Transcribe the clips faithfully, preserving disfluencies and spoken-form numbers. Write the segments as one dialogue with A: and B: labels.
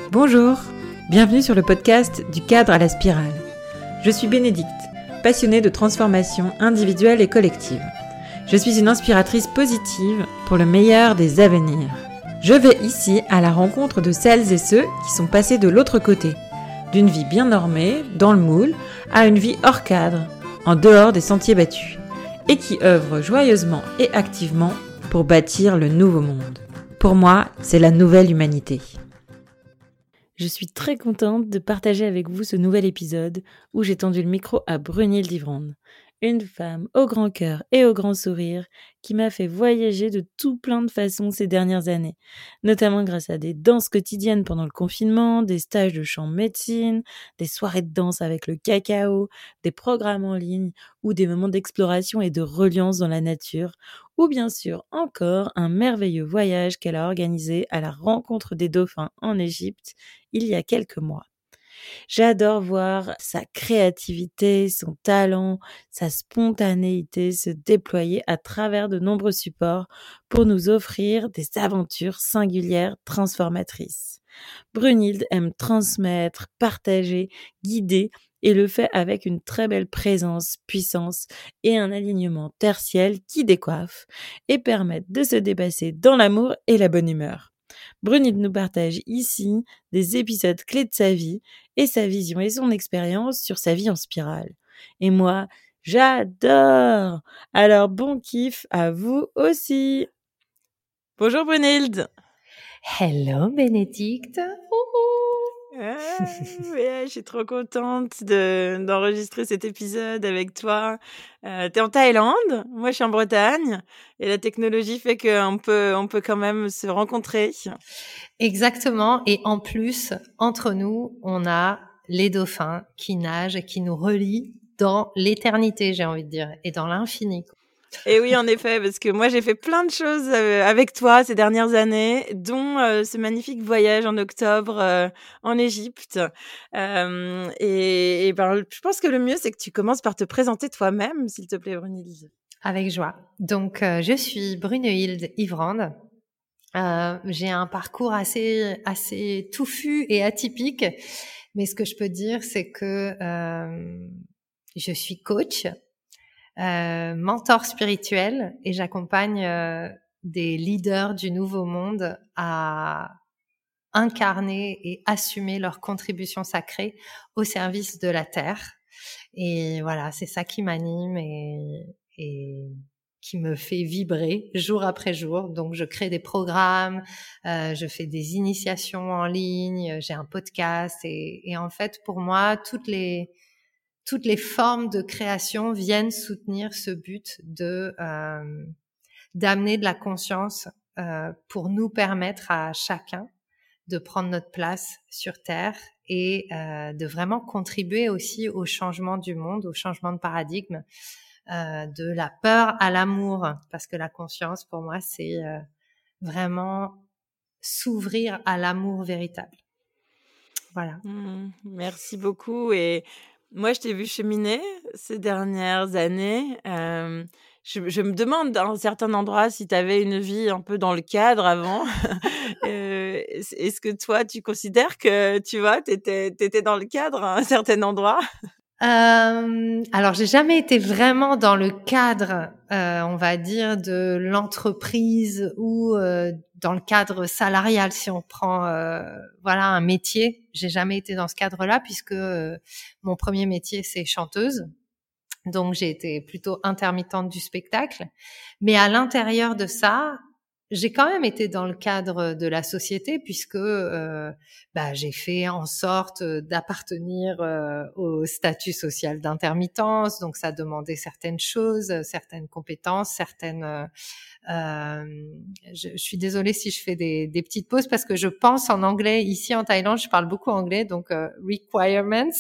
A: Bonjour, bienvenue sur le podcast du cadre à la spirale. Je suis Bénédicte, passionnée de transformation individuelle et collective. Je suis une inspiratrice positive pour le meilleur des avenirs. Je vais ici à la rencontre de celles et ceux qui sont passés de l'autre côté, d'une vie bien normée, dans le moule, à une vie hors cadre, en dehors des sentiers battus, et qui œuvrent joyeusement et activement pour bâtir le nouveau monde. Pour moi, c'est la nouvelle humanité. Je suis très contente de partager avec vous ce nouvel épisode où j'ai tendu le micro à Brunhilde Yvrande, une femme au grand cœur et au grand sourire qui m'a fait voyager de tout plein de façons ces dernières années, notamment grâce à des danses quotidiennes pendant le confinement, des stages de chant médecine, des soirées de danse avec le cacao, des programmes en ligne ou des moments d'exploration et de reliance dans la nature, ou bien sûr encore un merveilleux voyage qu'elle a organisé à la rencontre des dauphins en Égypte il y a quelques mois. J'adore voir sa créativité, son talent, sa spontanéité se déployer à travers de nombreux supports pour nous offrir des aventures singulières transformatrices. Brunhilde aime transmettre, partager, guider et le fait avec une très belle présence, puissance et un alignement tertiel qui décoiffe et permettent de se dépasser dans l'amour et la bonne humeur. Brunhilde nous partage ici des épisodes clés de sa vie et sa vision et son expérience sur sa vie en spirale. Et moi, j'adore! Alors bon kiff à vous aussi! Bonjour Brunhilde!
B: Hello Bénédicte!
A: Ah, ouais, je suis trop contente de, d'enregistrer cet épisode avec toi. Euh, t'es en Thaïlande, moi je suis en Bretagne, et la technologie fait qu'on peut, on peut quand même se rencontrer.
B: Exactement, et en plus, entre nous, on a les dauphins qui nagent et qui nous relient dans l'éternité, j'ai envie de dire, et dans l'infini.
A: Et oui, en effet, parce que moi, j'ai fait plein de choses euh, avec toi ces dernières années, dont euh, ce magnifique voyage en octobre euh, en Égypte. Euh, et, et ben, je pense que le mieux, c'est que tu commences par te présenter toi-même, s'il te plaît, Brunhilde.
B: Avec joie. Donc, euh, je suis Brunhilde Yvrande. Euh, j'ai un parcours assez, assez touffu et atypique, mais ce que je peux dire, c'est que euh, je suis coach, Euh, mentor spirituel, et j'accompagne euh, des leaders du nouveau monde à incarner et assumer leur contribution sacrée au service de la terre. Et voilà, c'est ça qui m'anime et, et qui me fait vibrer jour après jour. Donc, je crée des programmes, euh, je fais des initiations en ligne, j'ai un podcast et, et en fait, pour moi, toutes les toutes les formes de création viennent soutenir ce but de euh, d'amener de la conscience euh, pour nous permettre à chacun de prendre notre place sur Terre et euh, de vraiment contribuer aussi au changement du monde, au changement de paradigme, euh, de la peur à l'amour, parce que la conscience, pour moi, c'est euh, vraiment s'ouvrir à l'amour véritable. Voilà.
A: Mmh, merci beaucoup. Et moi, je t'ai vu cheminer ces dernières années. Euh, je, je me demande dans certains endroits si tu avais une vie un peu dans le cadre avant. euh, est-ce que toi, tu considères que, tu vois, t'étais, t'étais dans le cadre à un certain endroit?
B: Euh, alors, j'ai jamais été vraiment dans le cadre, euh, on va dire, de l'entreprise ou euh, dans le cadre salarial. Si on prend, euh, voilà, un métier, j'ai jamais été dans ce cadre-là puisque euh, mon premier métier c'est chanteuse. Donc, j'ai été plutôt intermittente du spectacle. Mais à l'intérieur de ça, j'ai quand même été dans le cadre de la société puisque euh, bah, j'ai fait en sorte d'appartenir euh, au statut social d'intermittence. Donc, ça demandait certaines choses, certaines compétences, certaines... Euh, euh, je, je suis désolée si je fais des, des petites pauses parce que je pense en anglais. Ici en Thaïlande, je parle beaucoup anglais, donc euh, requirements.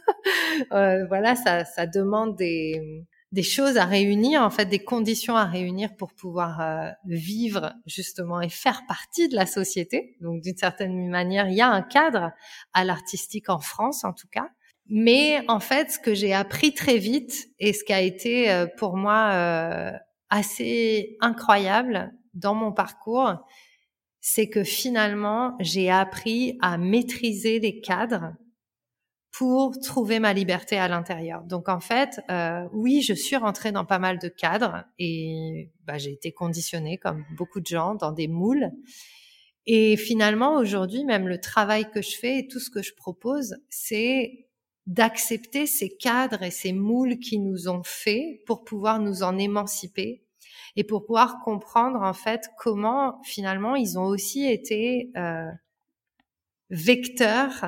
B: euh, voilà, ça, ça demande des, des choses à réunir, en fait, des conditions à réunir pour pouvoir euh, vivre justement et faire partie de la société. Donc, d'une certaine manière, il y a un cadre à l'artistique en France, en tout cas. Mais en fait, ce que j'ai appris très vite et ce qui a été euh, pour moi euh, assez incroyable dans mon parcours, c'est que finalement, j'ai appris à maîtriser les cadres pour trouver ma liberté à l'intérieur. Donc en fait, euh, oui, je suis rentrée dans pas mal de cadres et bah, j'ai été conditionnée comme beaucoup de gens dans des moules. Et finalement, aujourd'hui, même le travail que je fais et tout ce que je propose, c'est d'accepter ces cadres et ces moules qui nous ont fait pour pouvoir nous en émanciper et pour pouvoir comprendre en fait comment finalement ils ont aussi été euh, vecteurs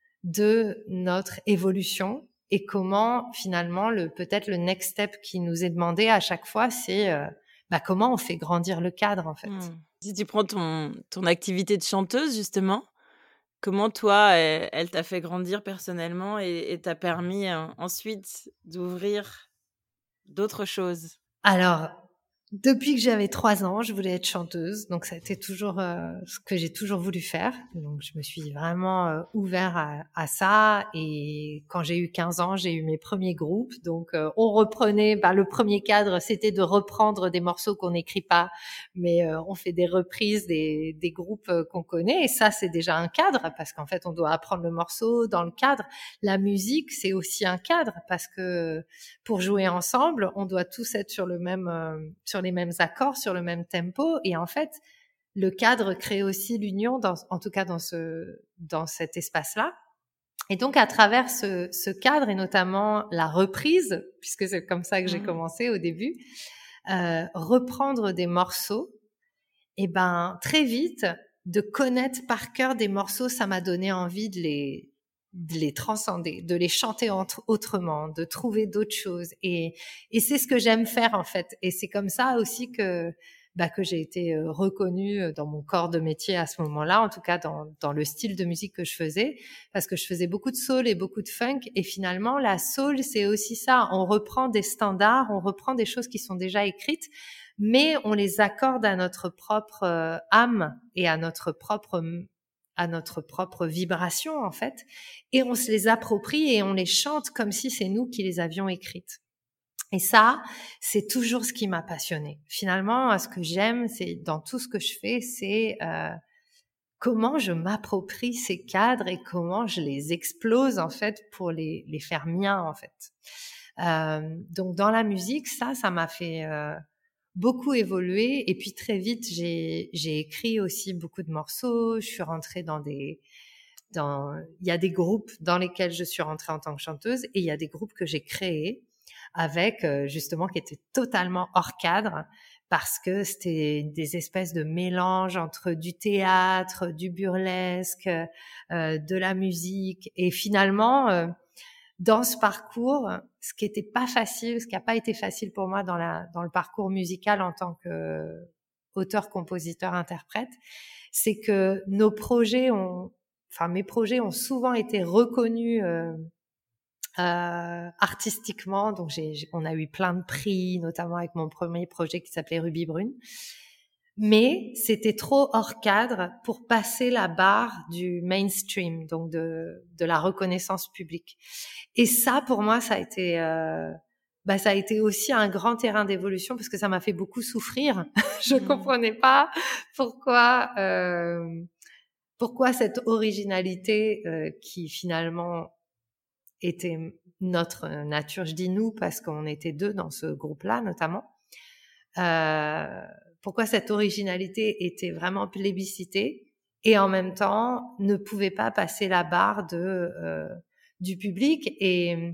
B: de notre évolution et comment finalement le peut-être le next step qui nous est demandé à chaque fois, c'est euh, bah, comment on fait grandir le cadre en fait.
A: Mmh. Si tu prends ton, ton activité de chanteuse, justement, comment toi, elle, elle t'a fait grandir personnellement et, et t'a permis euh, ensuite d'ouvrir d'autres choses?
B: Alors, depuis que j'avais trois ans, je voulais être chanteuse, donc ça a été toujours euh, ce que j'ai toujours voulu faire. Donc je me suis vraiment euh, ouvert à, à ça. Et quand j'ai eu quinze ans, j'ai eu mes premiers groupes. Donc euh, on reprenait, bah, le premier cadre, c'était de reprendre des morceaux qu'on n'écrit pas, mais euh, on fait des reprises des, des groupes euh, qu'on connaît. Et ça, c'est déjà un cadre parce qu'en fait, on doit apprendre le morceau dans le cadre. La musique, c'est aussi un cadre parce que pour jouer ensemble, on doit tous être sur le même euh, sur les mêmes accords, sur le même tempo. Et en fait, le cadre crée aussi l'union, dans, en tout cas dans ce dans cet espace-là. Et donc, à travers ce, ce cadre et notamment la reprise, puisque c'est comme ça que j'ai mmh. commencé au début, euh, reprendre des morceaux, et ben très vite, de connaître par cœur des morceaux, ça m'a donné envie de les de les transcender, de les chanter entre, autrement, de trouver d'autres choses. Et, et c'est ce que j'aime faire, en fait. Et c'est comme ça aussi que, bah, que j'ai été euh, reconnue dans mon corps de métier à ce moment-là, en tout cas dans, dans le style de musique que je faisais, parce que je faisais beaucoup de soul et beaucoup de funk. Et finalement, la soul, c'est aussi ça. On reprend des standards, on reprend des choses qui sont déjà écrites, mais on les accorde à notre propre euh, âme et à notre propre à notre propre vibration, en fait, et on se les approprie et on les chante comme si c'est nous qui les avions écrites. Et ça, c'est toujours ce qui m'a passionnée. Finalement, ce que j'aime, c'est dans tout ce que je fais, c'est euh, comment je m'approprie ces cadres et comment je les explose, en fait, pour les, les faire miens, en fait. Euh, donc, dans la musique, ça, ça m'a fait... Euh, beaucoup évolué et puis très vite j'ai j'ai écrit aussi beaucoup de morceaux, je suis rentrée dans des dans il y a des groupes dans lesquels je suis rentrée en tant que chanteuse et il y a des groupes que j'ai créés avec justement qui étaient totalement hors cadre parce que c'était des espèces de mélanges entre du théâtre, du burlesque, euh, de la musique et finalement euh, dans ce parcours, ce qui était pas facile, ce qui a pas été facile pour moi dans la dans le parcours musical en tant que auteur, compositeur, interprète, c'est que nos projets ont, enfin mes projets ont souvent été reconnus euh, euh, artistiquement. Donc j'ai, j'ai, on a eu plein de prix, notamment avec mon premier projet qui s'appelait Ruby Brune. Mais c'était trop hors cadre pour passer la barre du mainstream, donc de, de la reconnaissance publique. Et ça, pour moi, ça a été, euh, bah, ça a été aussi un grand terrain d'évolution parce que ça m'a fait beaucoup souffrir. Je mmh. comprenais pas pourquoi, euh, pourquoi cette originalité euh, qui finalement était notre nature. Je dis nous parce qu'on était deux dans ce groupe-là, notamment. Euh, pourquoi cette originalité était vraiment plébiscitée et en même temps ne pouvait pas passer la barre de euh, du public et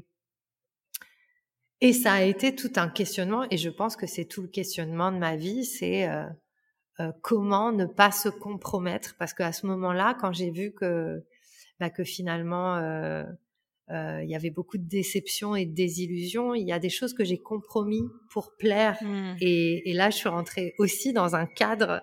B: et ça a été tout un questionnement et je pense que c'est tout le questionnement de ma vie, c'est euh, euh, comment ne pas se compromettre parce qu'à ce moment-là, quand j'ai vu que bah, que finalement euh, Euh, il y avait beaucoup de déceptions et de désillusions. Il y a des choses que j'ai compromis pour plaire. Mmh. Et, et là, je suis rentrée aussi dans un cadre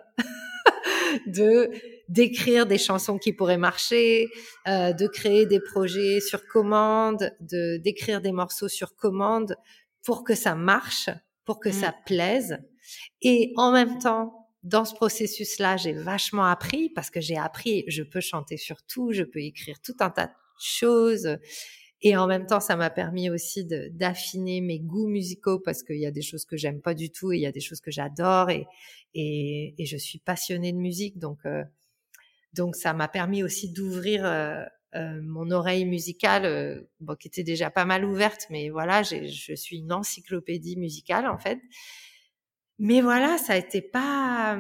B: de d'écrire des chansons qui pourraient marcher, euh, de créer des projets sur commande, de d'écrire des morceaux sur commande pour que ça marche, pour que mmh. ça plaise. Et en même temps, dans ce processus-là, j'ai vachement appris parce que j'ai appris, je peux chanter sur tout, je peux écrire tout un tas de choses. Et en même temps, ça m'a permis aussi de, d'affiner mes goûts musicaux parce qu'il y a des choses que j'aime pas du tout et il y a des choses que j'adore et, et, et je suis passionnée de musique. Donc, euh, donc ça m'a permis aussi d'ouvrir euh, euh, mon oreille musicale, euh, bon, qui était déjà pas mal ouverte, mais voilà, j'ai, je suis une encyclopédie musicale en fait. Mais voilà, ça a été pas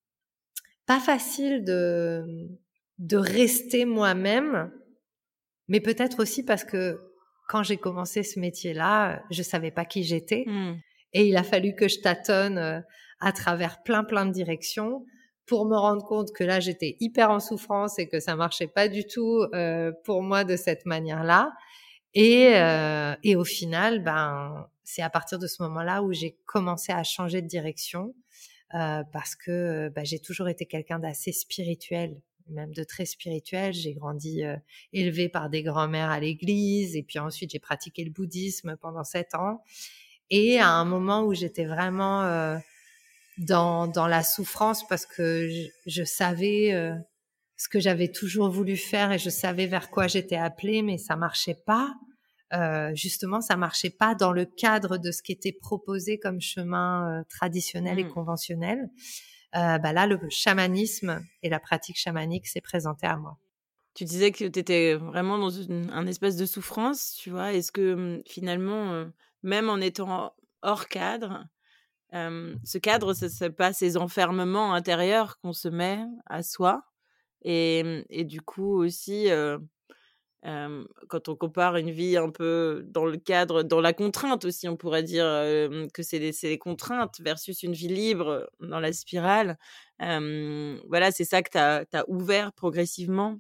B: pas facile de de rester moi-même, mais peut-être aussi parce que quand j'ai commencé ce métier-là, je savais pas qui j'étais
A: Mmh.
B: et il a fallu que je tâtonne euh, à travers plein plein de directions pour me rendre compte que là j'étais hyper en souffrance et que ça marchait pas du tout euh, pour moi de cette manière-là. Et euh, et au final, ben c'est à partir de ce moment-là où j'ai commencé à changer de direction. Euh, parce que bah, j'ai toujours été quelqu'un d'assez spirituel, même de très spirituel. J'ai grandi euh, élevée par des grands-mères à l'église, et puis ensuite j'ai pratiqué le bouddhisme pendant sept ans. Et à un moment où j'étais vraiment euh, dans dans la souffrance, parce que je, je savais euh, ce que j'avais toujours voulu faire et je savais vers quoi j'étais appelée, mais ça marchait pas. Euh, justement, ça marchait pas dans le cadre de ce qui était proposé comme chemin euh, traditionnel et
A: Mmh.
B: conventionnel. Euh, bah là, le chamanisme et la pratique chamanique s'est présenté à moi.
A: Tu disais que tu étais vraiment dans une un espèce de souffrance, tu vois? Est-ce que, mmh, finalement, heu, même en étant hors cadre, hem, ce cadre, ce serait pas ces enfermements intérieurs qu'on se met à soi? Et mmh et du coup aussi, heu, hem, quand on compare une vie un peu dans le cadre dans la contrainte aussi, on pourrait dire, hem, que c'est des c'est des contraintes versus une vie libre dans la spirale. Hem, voilà, c'est ça que tu as ouvert progressivement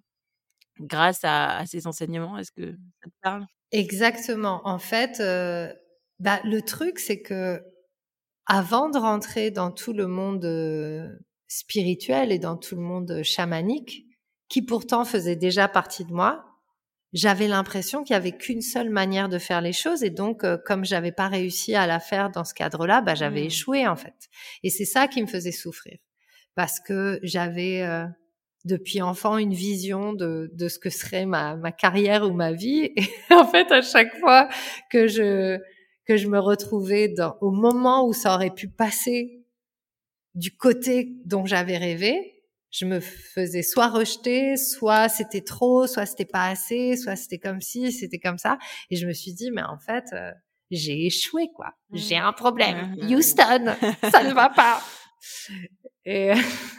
A: grâce à à ces enseignements. Est-ce que ça te parle?
B: Exactement. En fait, euh, bah, le truc, c'est que avant de rentrer dans tout le monde euh, spirituel et dans tout le monde chamanique, qui pourtant faisait déjà partie de moi, j'avais l'impression qu'il y avait qu'une seule manière de faire les choses et donc euh, comme j'avais pas réussi à la faire dans ce cadre-là, bah j'avais
A: Mmh.
B: échoué en fait. Et c'est ça qui me faisait souffrir parce que j'avais euh, depuis enfant une vision de de ce que serait ma ma carrière ou ma vie et en fait à chaque fois que je que je me retrouvais dans au moment où ça aurait pu passer du côté dont j'avais rêvé, je me faisais soit rejeter, soit c'était trop, soit c'était pas assez, soit c'était comme ci, c'était comme ça. Et je me suis dit, mais en fait, euh, j'ai échoué, quoi. J'ai
A: Mmh.
B: un problème.
A: Mmh mh.
B: Houston, ça ne va pas. Et,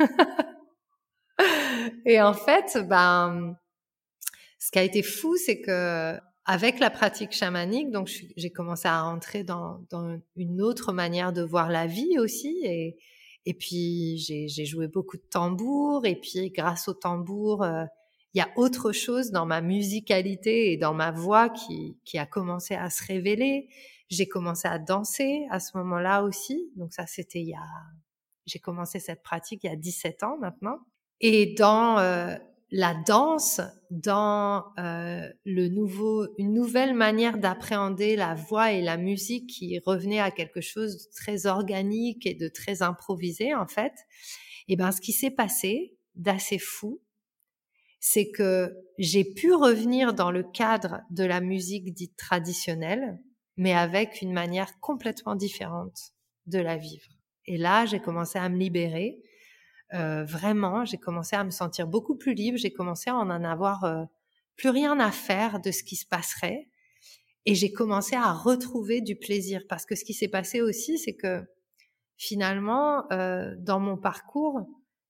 B: et en fait, ben, ce qui a été fou, c'est que avec la pratique chamanique, donc je- j'ai commencé à rentrer dans, dans une autre manière de voir la vie aussi, et et puis j'ai j'ai joué beaucoup de tambour, et puis grâce au tambour, euh, il y a autre chose dans ma musicalité et dans ma voix qui qui a commencé à se révéler. J'ai commencé à danser à ce moment-là aussi, donc ça c'était il y a j'ai commencé cette pratique il y a dix-sept ans maintenant. Et dans euh, la danse, dans euh, le nouveau, une nouvelle manière d'appréhender la voix et la musique qui revenait à quelque chose de très organique et de très improvisé en fait. Et ben, ce qui s'est passé d'assez fou, c'est que j'ai pu revenir dans le cadre de la musique dite traditionnelle, mais avec une manière complètement différente de la vivre. Et là, j'ai commencé à me libérer. Euh, vraiment, j'ai commencé à me sentir beaucoup plus libre. J'ai commencé à en avoir euh, plus rien à faire de ce qui se passerait. Et j'ai commencé à retrouver du plaisir. Parce que ce qui s'est passé aussi, c'est que finalement, euh, dans mon parcours,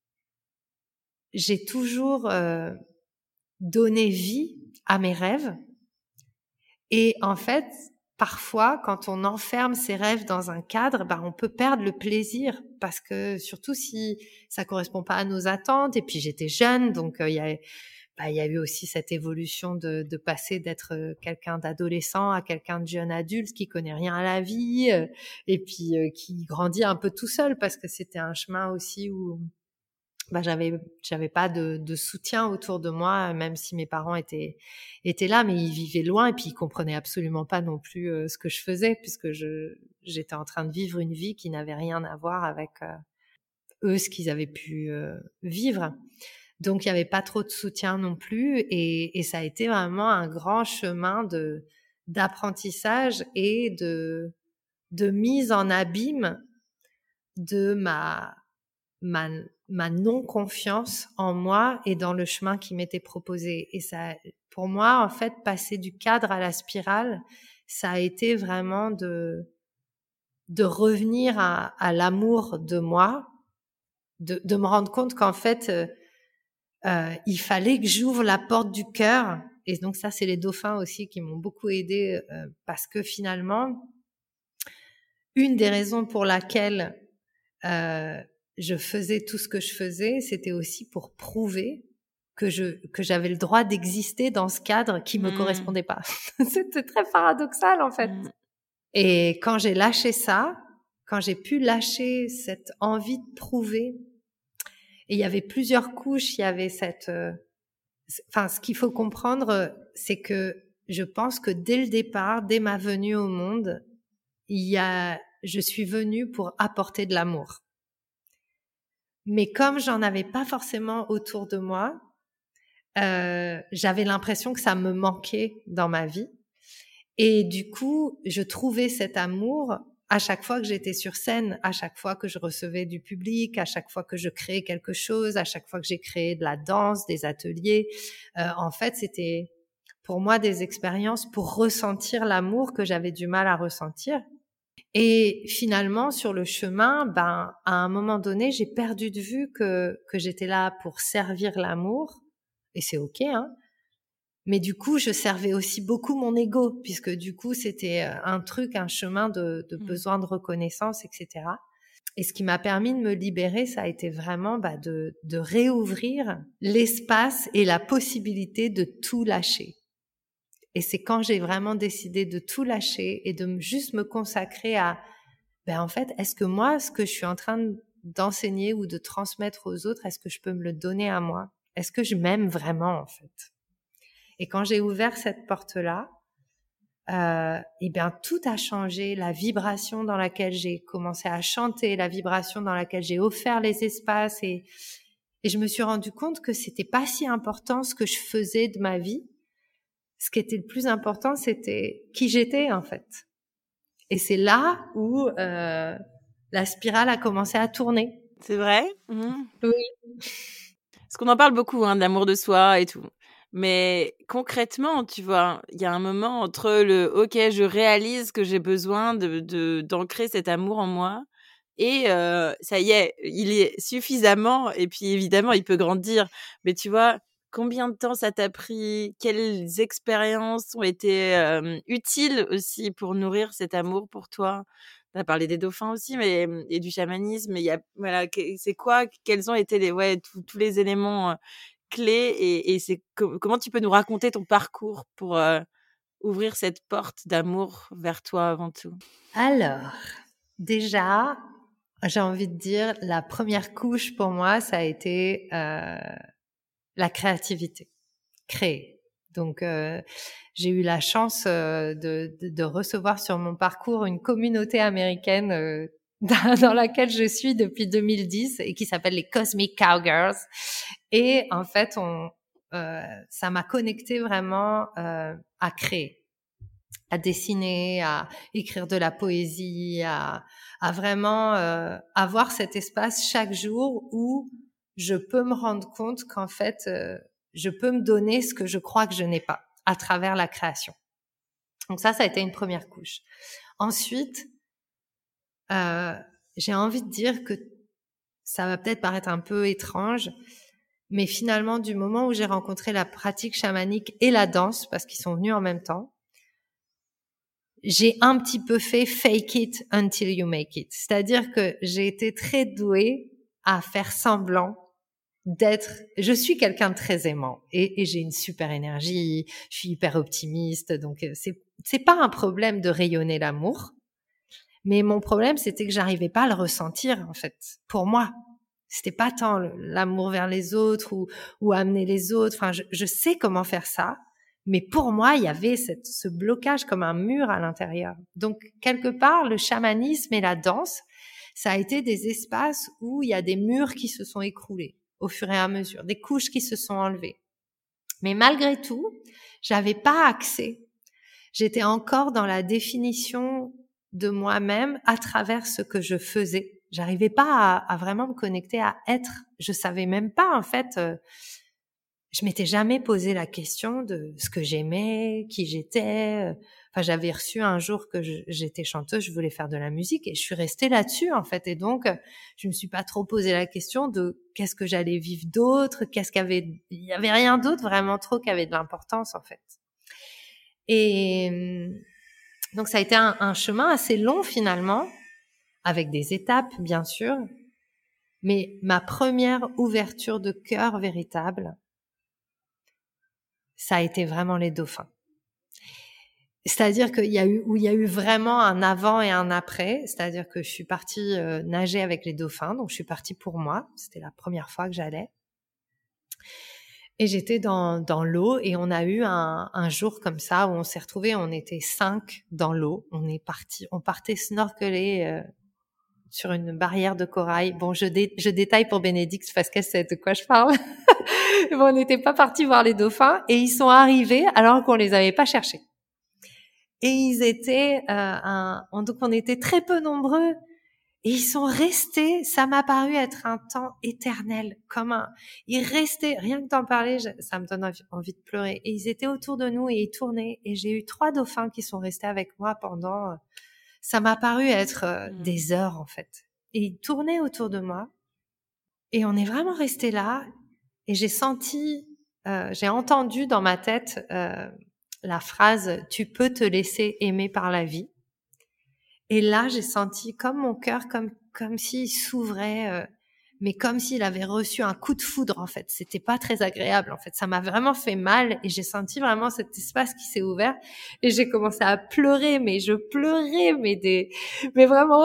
B: j'ai toujours euh, donné vie à mes rêves. Et en fait, parfois, quand on enferme ses rêves dans un cadre, ben, on peut perdre le plaisir parce que surtout si ça correspond pas à nos attentes. Et puis j'étais jeune, donc il euh, y a, bah, il y a eu aussi cette évolution de, de passer d'être euh, quelqu'un d'adolescent à quelqu'un de jeune adulte qui connaît rien à la vie euh, et puis euh, qui grandit un peu tout seul parce que c'était un chemin aussi où bah j'avais j'avais pas de, de soutien autour de moi, même si mes parents étaient étaient là, mais ils vivaient loin et puis ils comprenaient absolument pas non plus euh, ce que je faisais puisque je j'étais en train de vivre une vie qui n'avait rien à voir avec euh, eux, ce qu'ils avaient pu euh, vivre. Donc, il y avait pas trop de soutien non plus. Et, et ça a été vraiment un grand chemin de, d'apprentissage et de, de mise en abîme de ma, ma, ma non-confiance en moi et dans le chemin qui m'était proposé. Et ça, pour moi, en fait, passer du cadre à la spirale, ça a été vraiment de, de revenir à, à l'amour de moi, de, de me rendre compte qu'en fait, euh, euh, il fallait que j'ouvre la porte du cœur. Et donc ça, c'est les dauphins aussi qui m'ont beaucoup aidée, euh, parce que finalement, une des raisons pour laquelle euh, je faisais tout ce que je faisais, c'était aussi pour prouver que je que j'avais le droit d'exister dans ce cadre qui me
A: Mmh.
B: correspondait pas. C'était très paradoxal en fait.
A: Mmh.
B: Et quand j'ai lâché ça, quand j'ai pu lâcher cette envie de prouver, et il y avait plusieurs couches, il y avait cette euh, enfin ce qu'il faut comprendre, c'est que je pense que dès le départ, dès ma venue au monde, il y a je suis venue pour apporter de l'amour. Mais comme j'en avais pas forcément autour de moi, euh, j'avais l'impression que ça me manquait dans ma vie. Et du coup, je trouvais cet amour à chaque fois que j'étais sur scène, à chaque fois que je recevais du public, à chaque fois que je créais quelque chose, à chaque fois que j'ai créé de la danse, des ateliers. Euh, en fait, c'était pour moi des expériences pour ressentir l'amour que j'avais du mal à ressentir. Et finalement, sur le chemin, ben, à un moment donné, j'ai perdu de vue que, que j'étais là pour servir l'amour. Et c'est OK, hein. Mais du coup, je servais aussi beaucoup mon ego, puisque du coup, c'était un truc, un chemin de, de besoin de reconnaissance, et cetera. Et ce qui m'a permis de me libérer, ça a été vraiment bah, de, de réouvrir l'espace et la possibilité de tout lâcher. Et c'est quand j'ai vraiment décidé de tout lâcher et de juste me consacrer à, ben en fait, est-ce que moi, ce que je suis en train d'enseigner ou de transmettre aux autres, est-ce que je peux me le donner à moi? Est-ce que je m'aime vraiment, en fait? Et quand j'ai ouvert cette porte-là, euh, et bien tout a changé. La vibration dans laquelle j'ai commencé à chanter, la vibration dans laquelle j'ai offert les espaces, et, et je me suis rendu compte que c'était pas si important ce que je faisais de ma vie. Ce qui était le plus important, c'était qui j'étais, en fait. Et c'est là où euh, la spirale a commencé à tourner.
A: C'est vrai? Mmh.
B: Oui.
A: Parce qu'on en parle beaucoup, hein, de l'amour de soi et tout. Mais concrètement, tu vois, il y a un moment entre le « ok, je réalise que j'ai besoin de, de d'ancrer cet amour en moi » et euh, ça y est, il est suffisamment, et puis évidemment, il peut grandir. Mais tu vois, combien de temps ça t'a pris? Quelles expériences ont été euh, utiles aussi pour nourrir cet amour pour toi? Tu as parlé des dauphins aussi, mais et du chamanisme. Il y a, voilà, que- c'est quoi? Quels ont été les, ouais, tous tous les éléments euh, clés, et, et c'est co- comment tu peux nous raconter ton parcours pour euh, ouvrir cette porte d'amour vers toi avant tout?
B: Alors, déjà, j'ai envie de dire, la première couche pour moi, ça a été euh, la créativité, créer. Donc, euh, j'ai eu la chance euh, de, de, de recevoir sur mon parcours une communauté américaine euh, dans laquelle je suis depuis deux mille dix et qui s'appelle les Cosmic Cowgirls. Et en fait, on, euh, ça m'a connecté vraiment euh, à créer, à dessiner, à écrire de la poésie, à, à vraiment euh, avoir cet espace chaque jour où je peux me rendre compte qu'en fait, euh, je peux me donner ce que je crois que je n'ai pas à travers la création. Donc ça, ça a été une première couche. Ensuite, euh, j'ai envie de dire que ça va peut-être paraître un peu étrange, mais finalement, du moment où j'ai rencontré la pratique chamanique et la danse, parce qu'ils sont venus en même temps, j'ai un petit peu fait fake it until you make it. C'est-à-dire que j'ai été très douée à faire semblant d'être, je suis quelqu'un de très aimant et, et j'ai une super énergie, je suis hyper optimiste, donc c'est, c'est pas un problème de rayonner l'amour, mais mon problème c'était que j'arrivais pas à le ressentir en fait, pour moi. C'était pas tant l'amour vers les autres ou, ou amener les autres, enfin je, je sais comment faire ça, mais pour moi il y avait cette, ce blocage comme un mur à l'intérieur. Donc quelque part le chamanisme et la danse, ça a été des espaces où il y a des murs qui se sont écroulés. au fur et à mesure, des couches qui se sont enlevées. Mais malgré tout, j'avais pas accès. J'étais encore dans la définition de moi-même à travers ce que je faisais. J'arrivais pas à, à vraiment me connecter à être. Je savais même pas, en fait, euh, je m'étais jamais posé la question de ce que j'aimais, qui j'étais. Enfin, j'avais reçu un jour que je, j'étais chanteuse, je voulais faire de la musique et je suis restée là-dessus, en fait. Et donc, je me suis pas trop posé la question de qu'est-ce que j'allais vivre d'autre, qu'est-ce qu'il y avait, il y avait rien d'autre vraiment trop qui avait de l'importance, en fait. Et donc, ça a été un, un chemin assez long, finalement, avec des étapes, bien sûr. Mais ma première ouverture de cœur véritable, ça a été vraiment les dauphins. C'est-à-dire qu'il y a eu, où il y a eu vraiment un avant et un après. C'est-à-dire que je suis partie euh, nager avec les dauphins. Donc, je suis partie pour moi. C'était la première fois que j'allais. Et j'étais dans, dans l'eau et on a eu un, un jour comme ça où on s'est retrouvés. On était cinq dans l'eau. On est parti, on partait snorkeler euh, sur une barrière de corail. Bon, je, dé, je détaille pour Bénédicte parce qu'elle sait de quoi je parle. Bon, on n'était pas partis voir les dauphins et ils sont arrivés alors qu'on les avait pas cherchés. Et ils étaient, euh, un, donc on était très peu nombreux et ils sont restés. Ça m'a paru être un temps éternel, comme un. Ils restaient, rien que d'en parler, je, ça me donne envie de pleurer. Et ils étaient autour de nous et ils tournaient. Et j'ai eu trois dauphins qui sont restés avec moi pendant. Ça m'a paru être euh, mmh. des heures en fait. Et ils tournaient autour de moi et on est vraiment restés là. Et j'ai senti, euh, j'ai entendu dans ma tête. Euh, la phrase « tu peux te laisser aimer par la vie ». Et là, j'ai senti comme mon cœur, comme comme s'il s'ouvrait, euh, mais comme s'il avait reçu un coup de foudre, en fait. C'était pas très agréable, en fait. Ça m'a vraiment fait mal et j'ai senti vraiment cet espace qui s'est ouvert et j'ai commencé à pleurer, mais je pleurais, mais des, mais vraiment,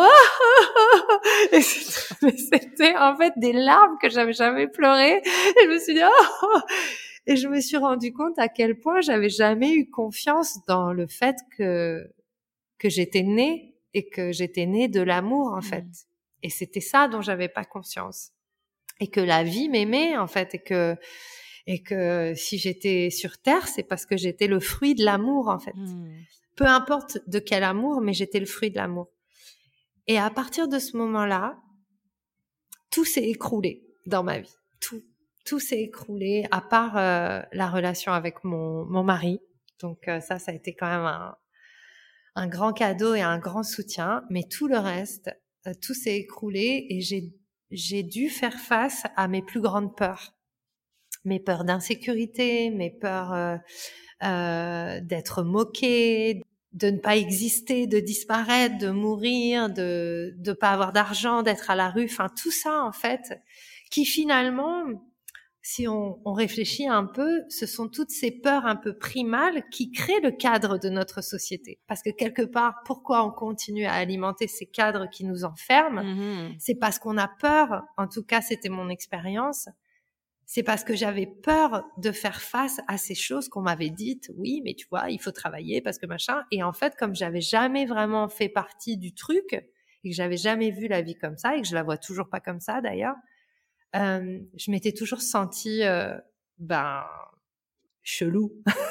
B: et c'était en fait des larmes que j'avais jamais pleuré et je me suis dit, oh! Et je me suis rendu compte à quel point j'avais jamais eu confiance dans le fait que que j'étais née et que j'étais née de l'amour en fait. Mmh. Et c'était ça dont j'avais pas conscience. Et que la vie m'aimait en fait et que et que si j'étais sur terre, c'est parce que j'étais le fruit de l'amour en fait. Mmh. Peu importe de quel amour, mais j'étais le fruit de l'amour. Et à partir de ce moment-là, tout s'est écroulé dans ma vie. Tout. Tout s'est écroulé, à part euh, la relation avec mon, mon mari. Donc euh, ça, ça a été quand même un, un grand cadeau et un grand soutien. Mais tout le reste, euh, tout s'est écroulé et j'ai, j'ai dû faire face à mes plus grandes peurs. Mes peurs d'insécurité, mes peurs euh, euh, d'être moquée, de ne pas exister, de disparaître, de mourir, de de pas avoir d'argent, d'être à la rue. Enfin, tout ça, en fait, qui finalement... Si on, on réfléchit un peu, ce sont toutes ces peurs un peu primales qui créent le cadre de notre société. Parce que quelque part, pourquoi on continue à alimenter ces cadres qui nous enferment ? Mmh. C'est parce qu'on a peur, en tout cas c'était mon expérience, c'est parce que j'avais peur de faire face à ces choses qu'on m'avait dites. Oui, mais tu vois, il faut travailler parce que machin. Et en fait, comme j'avais jamais vraiment fait partie du truc et que j'avais jamais vu la vie comme ça et que je la vois toujours pas comme ça d'ailleurs, Euh, je m'étais toujours sentie euh, ben chelou,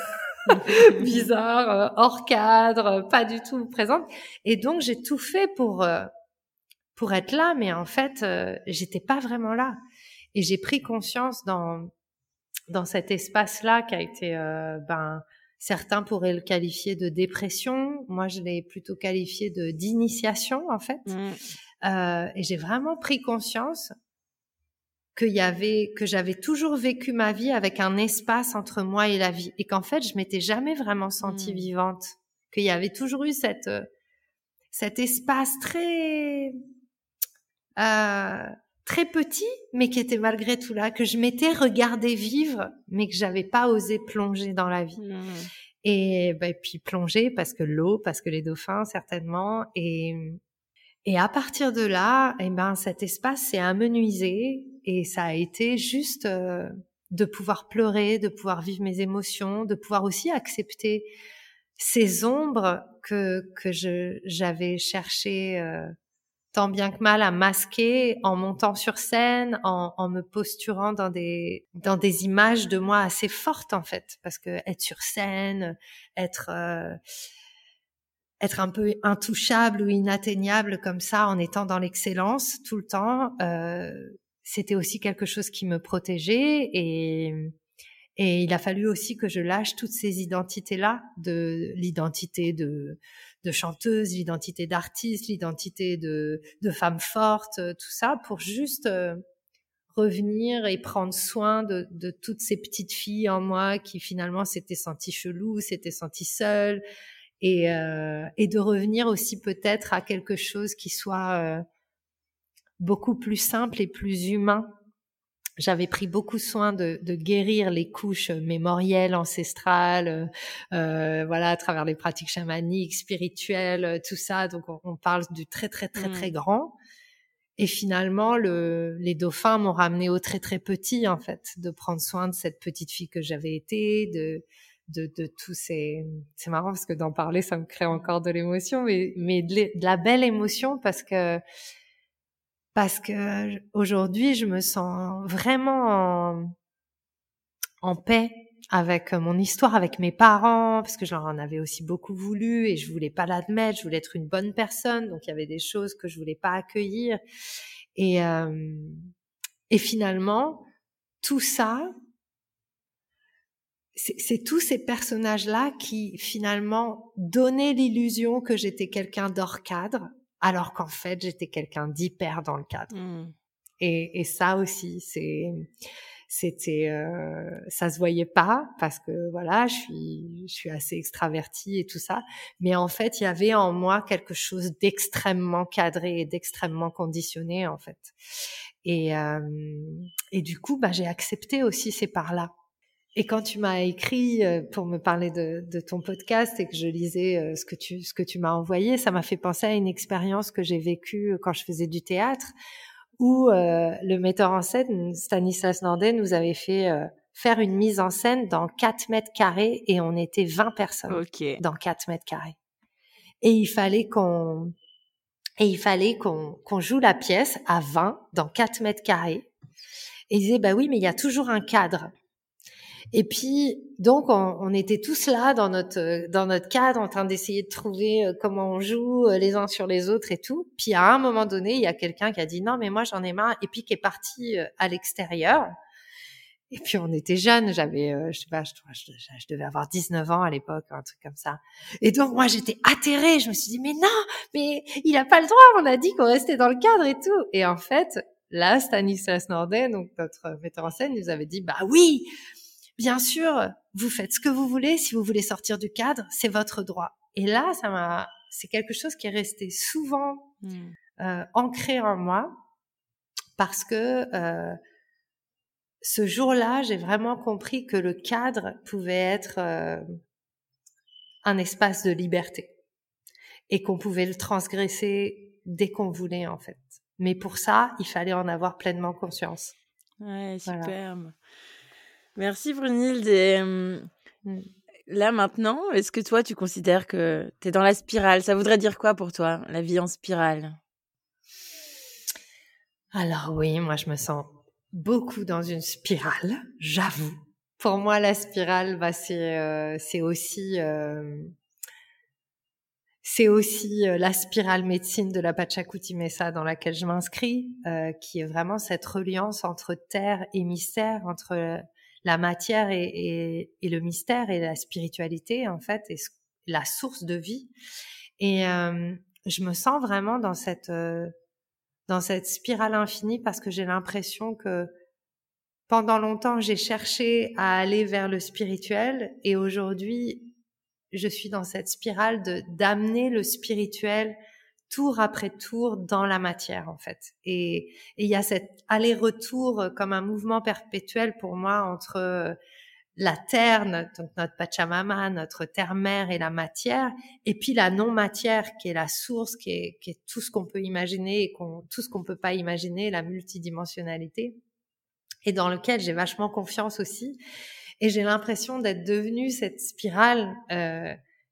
B: bizarre, euh, hors cadre, pas du tout présente. Et donc j'ai tout fait pour euh, pour être là, mais en fait euh, j'étais pas vraiment là. Et j'ai pris conscience dans dans cet espace-là qui a été euh, ben certains pourraient le qualifier de dépression. Moi je l'ai plutôt qualifié de d'initiation en fait. Mmh. Euh, et j'ai vraiment pris conscience qu'il y avait, que j'avais toujours vécu ma vie avec un espace entre moi et la vie. Et qu'en fait, je m'étais jamais vraiment sentie mmh. vivante. Qu'il y avait toujours eu cette, euh, cet espace très, euh, très petit, mais qui était malgré tout là, que je m'étais regardée vivre, mais que j'avais pas osé plonger dans la vie. Mmh. Et, ben, puis plonger parce que l'eau, parce que les dauphins, certainement. Et, et à partir de là, eh ben, cet espace s'est amenuisé. Et ça a été juste euh, de pouvoir pleurer, de pouvoir vivre mes émotions, de pouvoir aussi accepter ces ombres que que je j'avais cherché euh, tant bien que mal à masquer en montant sur scène, en, en me posturant dans des dans des images de moi assez fortes en fait, parce que être sur scène, être euh, être un peu intouchable ou inatteignable comme ça, en étant dans l'excellence tout le temps, euh, c'était aussi quelque chose qui me protégeait et et il a fallu aussi que je lâche toutes ces identités-là, de l'identité de de chanteuse, l'identité d'artiste, l'identité de de femme forte, tout ça, pour juste euh, revenir et prendre soin de, de toutes ces petites filles en moi qui finalement s'étaient senties cheloues, s'étaient senties seules, et euh, et de revenir aussi peut-être à quelque chose qui soit euh, beaucoup plus simple et plus humain. J'avais pris beaucoup soin de, de guérir les couches mémorielles, ancestrales, euh, voilà, à travers les pratiques chamaniques, spirituelles, tout ça. Donc, on, on parle du très, très, très, très grand. Et finalement, le, les dauphins m'ont ramené au très, très petit, en fait, de prendre soin de cette petite fille que j'avais été, de, de, de tous ces... C'est marrant parce que d'en parler, ça me crée encore de l'émotion, mais, mais de, de la belle émotion parce que Parce que aujourd'hui, je me sens vraiment en, en paix avec mon histoire, avec mes parents, parce que je leur en avais aussi beaucoup voulu et je voulais pas l'admettre, je voulais être une bonne personne, donc il y avait des choses que je voulais pas accueillir. Et, euh, et finalement, tout ça, c'est, c'est tous ces personnages-là qui finalement donnaient l'illusion que j'étais quelqu'un d'hors cadre, alors qu'en fait, j'étais quelqu'un d'hyper dans le cadre. Mmh. Et, et ça aussi, c'est, c'était, euh, ça se voyait pas parce que voilà, je suis, je suis assez extravertie et tout ça. Mais en fait, il y avait en moi quelque chose d'extrêmement cadré et d'extrêmement conditionné en fait. Et, euh, et du coup, bah, j'ai accepté aussi ces parts-là. Et quand tu m'as écrit pour me parler de, de ton podcast et que je lisais ce que tu, ce que tu m'as envoyé, ça m'a fait penser à une expérience que j'ai vécue quand je faisais du théâtre, où euh, le metteur en scène, Stanislas Nordet, nous avait fait euh, faire une mise en scène dans quatre mètres carrés et on était vingt personnes okay. dans quatre mètres carrés. Et il fallait qu'on, et il fallait qu'on, qu'on joue la pièce à vingt dans quatre mètres carrés. Et il disait, bah oui, mais il y a toujours un cadre. Et puis, donc, on, on était tous là dans notre dans notre cadre, en train d'essayer de trouver comment on joue les uns sur les autres et tout. Puis, à un moment donné, il y a quelqu'un qui a dit « Non, mais moi, j'en ai marre », et puis qui est parti à l'extérieur. Et puis, on était jeunes, j'avais, euh, je sais pas, je, je, je devais avoir dix-neuf ans à l'époque, un truc comme ça. Et donc, moi, j'étais atterrée. Je me suis dit « Mais non, mais il a pas le droit, on a dit qu'on restait dans le cadre et tout. » Et en fait, là, Stanislas Nordet, donc notre metteur en scène, nous avait dit « Bah oui !» Bien sûr, vous faites ce que vous voulez. Si vous voulez sortir du cadre, c'est votre droit. Et là, ça m'a, c'est quelque chose qui est resté souvent mmh. euh, ancré en moi parce que euh, ce jour-là, j'ai vraiment compris que le cadre pouvait être euh, un espace de liberté et qu'on pouvait le transgresser dès qu'on voulait, en fait. Mais pour ça, il fallait en avoir pleinement conscience.
A: Ouais, superbe. Voilà. Merci Brunhilde. Et, euh, mmh. Là maintenant, est-ce que toi tu considères que tu es dans la spirale ? Ça voudrait dire quoi pour toi, la vie en spirale ?
B: Alors oui, moi je me sens beaucoup dans une spirale, j'avoue. Pour moi la spirale, bah, c'est, euh, c'est aussi... Euh, C'est aussi euh, la spirale médecine de la Pachacuti-Mesa dans laquelle je m'inscris, euh, qui est vraiment cette reliance entre terre et mystère, entre la matière et, et, et le mystère et la spiritualité, en fait, et la source de vie. Et euh, je me sens vraiment dans cette, euh, dans cette spirale infinie parce que j'ai l'impression que pendant longtemps, j'ai cherché à aller vers le spirituel et aujourd'hui, je suis dans cette spirale de d'amener le spirituel tour après tour dans la matière, en fait. Et il y a cet aller-retour comme un mouvement perpétuel pour moi entre la terre, notre, notre Pachamama, notre terre-mère et la matière, et puis la non-matière qui est la source, qui est, qui est tout ce qu'on peut imaginer et qu'on, tout ce qu'on peut pas imaginer, la multidimensionnalité, et dans lequel j'ai vachement confiance aussi. Et j'ai l'impression d'être devenue cette spirale euh,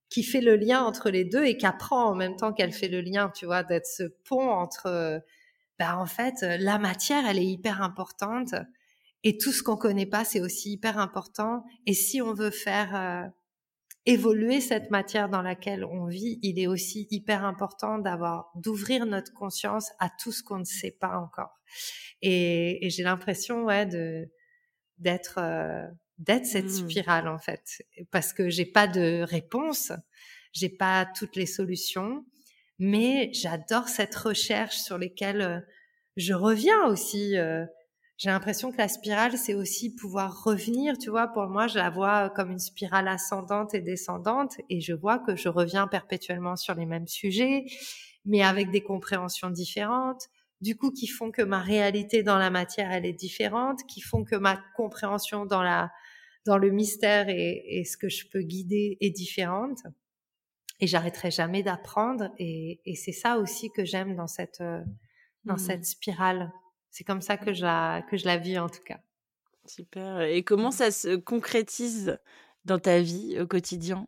B: qui fait le lien entre les deux et qui apprend en même temps qu'elle fait le lien, tu vois, d'être ce pont entre, euh, bah, en fait, la matière, elle est hyper importante et tout ce qu'on connaît pas, c'est aussi hyper important. Et si on veut faire euh, évoluer cette matière dans laquelle on vit, il est aussi hyper important d'avoir, d'ouvrir notre conscience à tout ce qu'on ne sait pas encore. Et, et j'ai l'impression, ouais, de, d'être, euh, d'être cette
A: Mmh.
B: spirale, en fait. Parce que j'ai pas de réponse, j'ai pas toutes les solutions, mais j'adore cette recherche sur lesquelles euh, je reviens aussi. Euh, j'ai l'impression que la spirale, c'est aussi pouvoir revenir, tu vois. Pour moi, je la vois comme une spirale ascendante et descendante, et je vois que je reviens perpétuellement sur les mêmes sujets, mais avec des compréhensions différentes, du coup, qui font que ma réalité dans la matière, elle est différente, qui font que ma compréhension dans la, dans le mystère et, et ce que je peux guider est différente. Et j'arrêterai jamais d'apprendre, et, et c'est ça aussi que j'aime dans cette, euh, dans
A: Mmh.
B: cette spirale. C'est comme ça que je la, que je la vis, en tout cas.
A: Super. Et comment ça se concrétise dans ta vie au quotidien?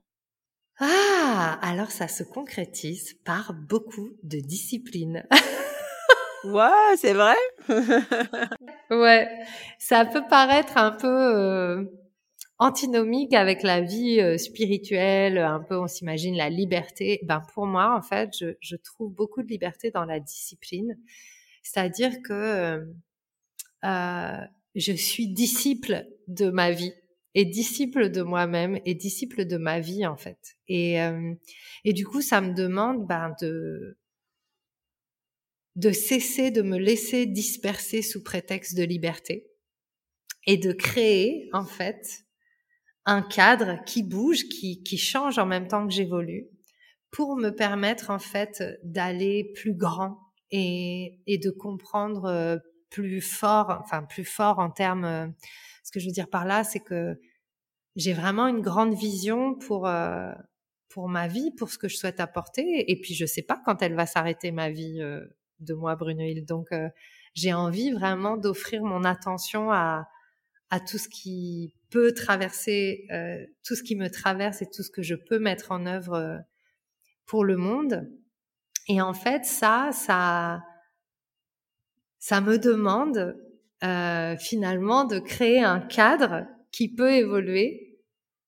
B: Ah, alors ça se concrétise par beaucoup de discipline.
A: Ouais, c'est vrai?
B: Ouais, ça peut paraître un peu euh, antinomique avec la vie euh, spirituelle, un peu on s'imagine la liberté. Ben pour moi, en fait, je, je trouve beaucoup de liberté dans la discipline. C'est-à-dire que euh, euh, je suis disciple de ma vie et disciple de moi-même et disciple de ma vie, en fait. Et, euh, et du coup, ça me demande ben, de de cesser de me laisser disperser sous prétexte de liberté et de créer, en fait, un cadre qui bouge, qui, qui change en même temps que j'évolue, pour me permettre, en fait, d'aller plus grand et, et de comprendre plus fort, enfin, plus fort en termes, ce que je veux dire par là, c'est que j'ai vraiment une grande vision pour, euh, pour ma vie, pour ce que je souhaite apporter. Et puis, je sais pas quand elle va s'arrêter, ma vie euh, de moi, Bruneuil. Donc, euh, j'ai envie vraiment d'offrir mon attention à, à tout ce qui peut traverser, euh, tout ce qui me traverse et tout ce que je peux mettre en œuvre euh, pour le monde. Et en fait, ça, ça, ça me demande euh, finalement de créer un cadre qui peut évoluer,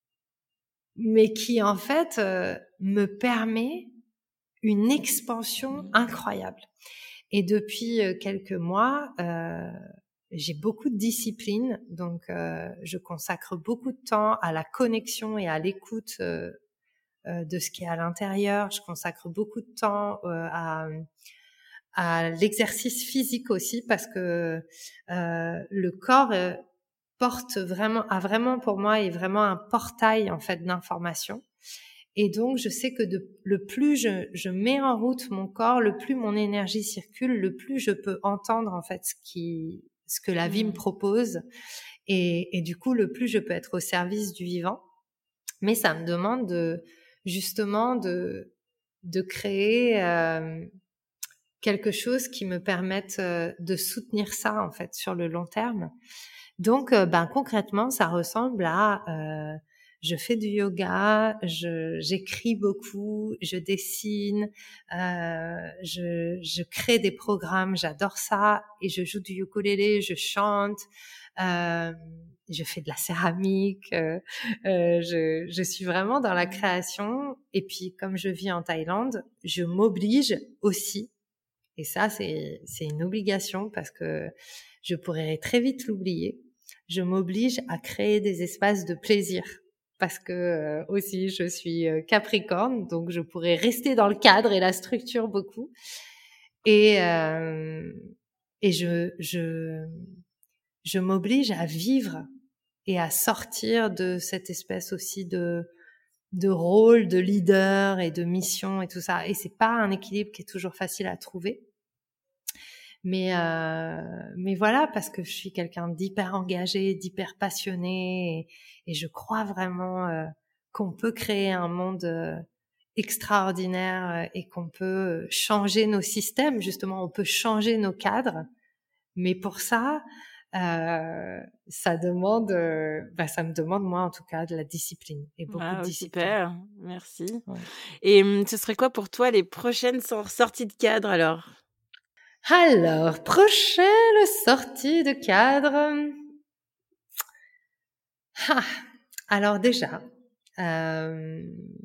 B: mais qui en fait euh, me permet une expansion incroyable. Et depuis euh, quelques mois, euh, j'ai beaucoup de discipline, donc euh, je consacre beaucoup de temps à la connexion et à l'écoute euh, euh, de ce qui est à l'intérieur. Je consacre beaucoup de temps euh, à, à l'exercice physique aussi, parce que euh, le corps euh, porte vraiment, a vraiment pour moi est vraiment un portail en fait d'information. Et donc, je sais que de, le plus je, je mets en route mon corps, le plus mon énergie circule, le plus je peux entendre en fait ce qui, ce que la vie me propose, et, et du coup, le plus je peux être au service du vivant. Mais ça me demande de, justement de, de créer euh, quelque chose qui me permette euh, de soutenir ça en fait sur le long terme. Donc, euh, ben concrètement, ça ressemble à euh, je fais du yoga, je, j'écris beaucoup, je dessine, euh, je, je crée des programmes, j'adore ça, et je joue du ukulélé, je chante, euh, je fais de la céramique, euh, euh, je, je suis vraiment dans la création. Et puis, comme je vis en Thaïlande, je m'oblige aussi, et ça, c'est, c'est une obligation parce que je pourrais très vite l'oublier. Je m'oblige à créer des espaces de plaisir parce que euh, aussi je suis Capricorne, donc je pourrais rester dans le cadre et la structure beaucoup. Et euh, et je je je m'oblige à vivre et à sortir de cette espèce aussi de de rôle de leader et de mission et tout ça. Et c'est pas un équilibre qui est toujours facile à trouver. Mais euh, mais voilà, parce que je suis quelqu'un d'hyper engagé, d'hyper passionné, et, et je crois vraiment euh, qu'on peut créer un monde euh, extraordinaire, euh, et qu'on peut changer nos systèmes. Justement, on peut changer nos cadres. Mais pour ça, euh, ça demande, euh, bah, ça me demande, moi, en tout cas, de la discipline et beaucoup
A: Ah,
B: de
A: oh,
B: discipline.
A: super, merci.
B: Ouais.
A: Et hum, ce serait quoi pour toi les prochaines sor- sorties de cadre alors?
B: Alors, prochaine sortie de cadre. Ah, alors déjà, euh,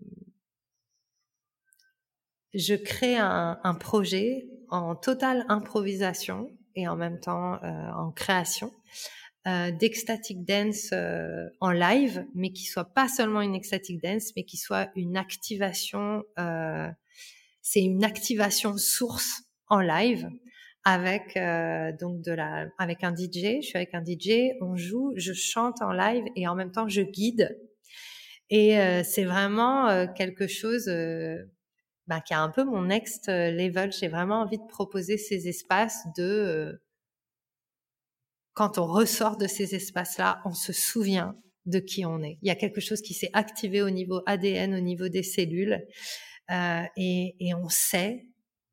B: je crée un, un projet en totale improvisation et en même temps euh, en création euh, d'ecstatic dance euh, en live, mais qui soit pas seulement une ecstatic dance, mais qui soit une activation. Euh, c'est une activation source en live avec euh, donc de la avec un D J. Je suis avec un D J, on joue, je chante en live et en même temps je guide. Et euh, c'est vraiment euh, quelque chose euh, bah, qui a un peu mon next level. J'ai vraiment envie de proposer ces espaces de euh, quand on ressort de ces espaces-là, on se souvient de qui on est. Il y a quelque chose qui s'est activé au niveau A D N, au niveau des cellules, euh, et, et on sait,